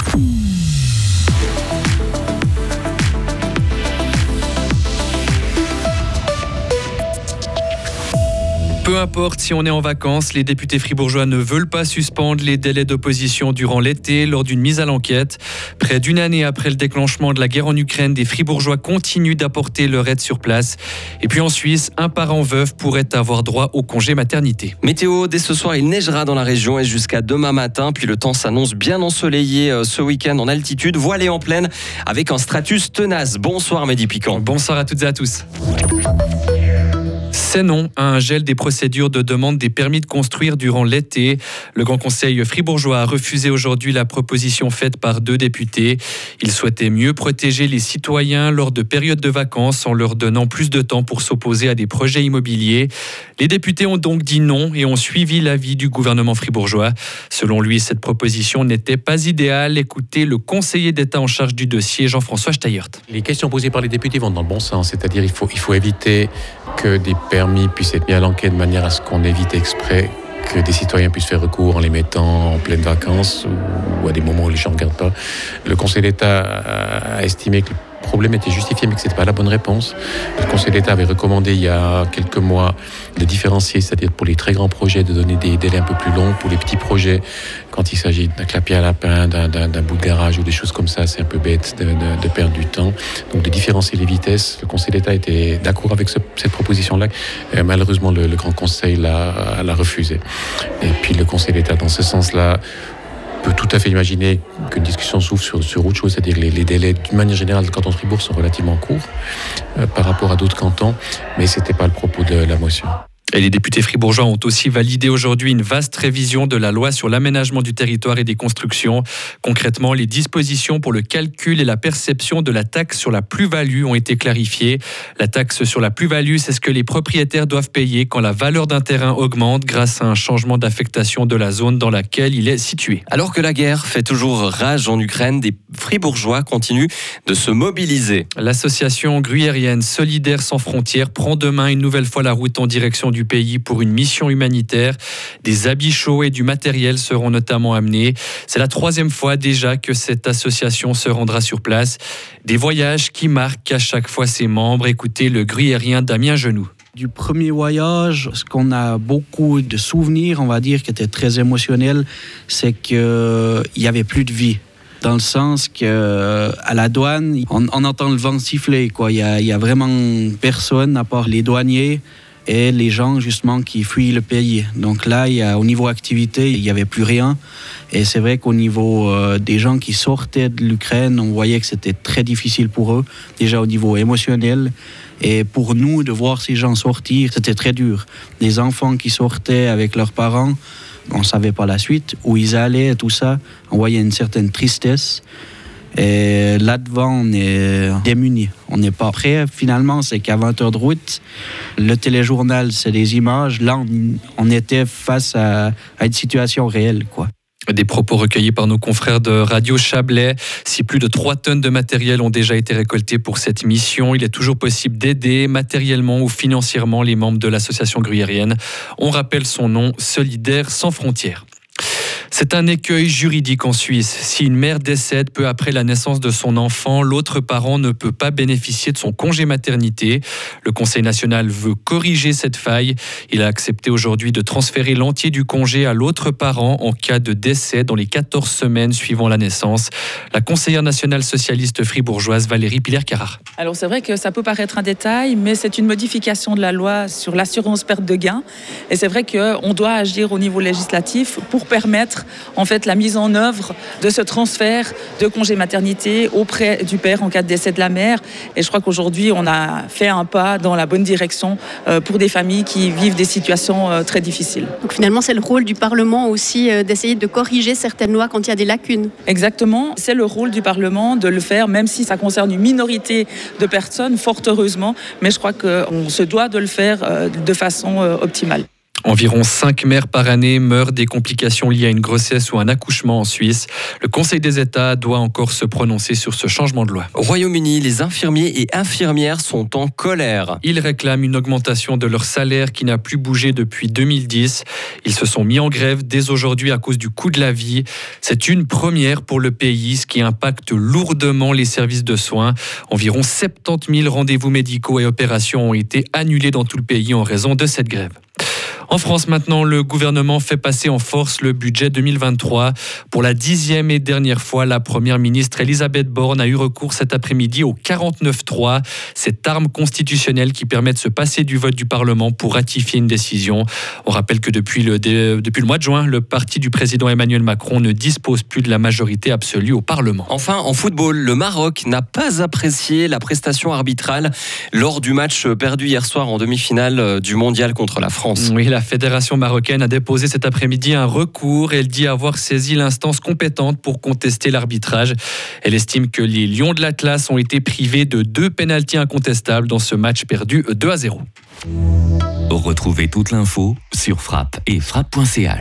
Peu importe si on est en vacances, les députés fribourgeois ne veulent pas suspendre les délais d'opposition durant l'été lors d'une mise à l'enquête. Près d'une année après le déclenchement de la guerre en Ukraine, des fribourgeois continuent d'apporter leur aide sur place. Et puis en Suisse, un parent veuf pourrait avoir droit au congé maternité. Météo, dès ce soir, il neigera dans la région et jusqu'à demain matin. Puis le temps s'annonce bien ensoleillé ce week-end en altitude, voilé en plaine avec un stratus tenace. Bonsoir Mehdi Piquant. Bonsoir à toutes et à tous. C'est non à un gel des procédures de demande des permis de construire durant l'été. Le Grand Conseil fribourgeois a refusé aujourd'hui la proposition faite par 2 députés. Il souhaitait mieux protéger les citoyens lors de périodes de vacances en leur donnant plus de temps pour s'opposer à des projets immobiliers. Les députés ont donc dit non et ont suivi l'avis du gouvernement fribourgeois. Selon lui, cette proposition n'était pas idéale. Écoutez le conseiller d'État en charge du dossier, Jean-François Steyert. Les questions posées par les députés vont dans le bon sens, c'est-à-dire il faut éviter que des permis puissent être mis à l'enquête de manière à ce qu'on évite exprès que des citoyens puissent faire recours en les mettant en pleine vacances ou à des moments où les gens ne regardent pas. Le Conseil d'État a estimé que le problème était justifié mais que ce n'était pas la bonne réponse. Le Conseil d'État avait recommandé il y a quelques mois de différencier, c'est-à-dire pour les très grands projets de donner des délais un peu plus longs, pour les petits projets quand il s'agit d'un clapier à lapin, d'un bout de garage ou des choses comme ça, c'est un peu bête de perdre du temps. Donc de différencier les vitesses, le Conseil d'État était d'accord avec cette proposition-là. Malheureusement, le Grand Conseil l'a refusé. Et puis le Conseil d'État, dans ce sens-là, peut tout à fait imaginer qu'une discussion s'ouvre sur autre chose, c'est-à-dire les délais, d'une manière générale, le canton de Fribourg sont relativement courts par rapport à d'autres cantons, mais ce n'était pas le propos de la motion. Et les députés fribourgeois ont aussi validé aujourd'hui une vaste révision de la loi sur l'aménagement du territoire et des constructions. Concrètement, les dispositions pour le calcul et la perception de la taxe sur la plus-value ont été clarifiées. La taxe sur la plus-value, c'est ce que les propriétaires doivent payer quand la valeur d'un terrain augmente grâce à un changement d'affectation de la zone dans laquelle il est situé. Alors que la guerre fait toujours rage en Ukraine, des fribourgeois continuent de se mobiliser. L'association gruyérienne Solidaires sans frontières prend demain une nouvelle fois la route en direction du pays pour une mission humanitaire. Des habits chauds et du matériel seront notamment amenés. C'est la 3e fois déjà que cette association se rendra sur place. Des voyages qui marquent à chaque fois ses membres. Écoutez le gruyérien Damien Genoux. Du premier voyage, ce qu'on a beaucoup de souvenirs, on va dire, qui étaient très émotionnels, c'est qu'il n'y avait plus de vie. Dans le sens qu'à la douane, on entend le vent siffler, quoi. Il y a vraiment personne à part les douaniers et les gens justement qui fuient le pays. Donc là, au niveau activité, il n'y avait plus rien. Et c'est vrai qu'au niveau des gens qui sortaient de l'Ukraine, on voyait que c'était très difficile pour eux, déjà au niveau émotionnel. Et pour nous, de voir ces gens sortir, c'était très dur. Des enfants qui sortaient avec leurs parents, on ne savait pas la suite, où ils allaient, tout ça. On voyait une certaine tristesse. Et là-devant, on est démunis. On n'est pas prêt. Finalement, c'est qu'à 20 heures de route, le téléjournal, c'est des images. Là, on était face à une situation réelle, quoi. Des propos recueillis par nos confrères de Radio Chablais. Si plus de 3 tonnes de matériel ont déjà été récoltées pour cette mission, il est toujours possible d'aider matériellement ou financièrement les membres de l'association gruyérienne. On rappelle son nom, Solidaires sans frontières. C'est un écueil juridique en Suisse. Si une mère décède peu après la naissance de son enfant, l'autre parent ne peut pas bénéficier de son congé maternité. Le Conseil national veut corriger cette faille. Il a accepté aujourd'hui de transférer l'entier du congé à l'autre parent en cas de décès dans les 14 semaines suivant la naissance. La conseillère nationale socialiste fribourgeoise Valérie Piller-Carrard. Alors c'est vrai que ça peut paraître un détail, mais c'est une modification de la loi sur l'assurance perte de gain. Et c'est vrai qu'on doit agir au niveau législatif pour permettre en fait la mise en œuvre de ce transfert de congé maternité auprès du père en cas de décès de la mère. Et je crois qu'aujourd'hui on a fait un pas dans la bonne direction pour des familles qui vivent des situations très difficiles. Donc finalement c'est le rôle du Parlement aussi d'essayer de corriger certaines lois quand il y a des lacunes. Exactement, c'est le rôle du Parlement de le faire, même si ça concerne une minorité de personnes, fort heureusement, mais je crois qu'on se doit de le faire de façon optimale. Environ 5 mères par année meurent des complications liées à une grossesse ou un accouchement en Suisse. Le Conseil des États doit encore se prononcer sur ce changement de loi. Au Royaume-Uni, les infirmiers et infirmières sont en colère. Ils réclament une augmentation de leur salaire qui n'a plus bougé depuis 2010. Ils se sont mis en grève dès aujourd'hui à cause du coût de la vie. C'est une première pour le pays, ce qui impacte lourdement les services de soins. Environ 70 000 rendez-vous médicaux et opérations ont été annulés dans tout le pays en raison de cette grève. En France maintenant, le gouvernement fait passer en force le budget 2023. Pour la 10e et dernière fois, la première ministre Elisabeth Borne a eu recours cet après-midi au 49.3, cette arme constitutionnelle qui permet de se passer du vote du Parlement pour ratifier une décision. On rappelle que depuis le mois de juin, le parti du président Emmanuel Macron ne dispose plus de la majorité absolue au Parlement. Enfin, en football, le Maroc n'a pas apprécié la prestation arbitrale lors du match perdu hier soir en demi-finale du Mondial contre la France. Oui, la fédération marocaine a déposé cet après-midi un recours. Elle dit avoir saisi l'instance compétente pour contester l'arbitrage. Elle estime que les Lions de l'Atlas ont été privés de 2 pénaltys incontestables dans ce match perdu 2-0. Retrouvez toute l'info sur frappe et frappe.ch.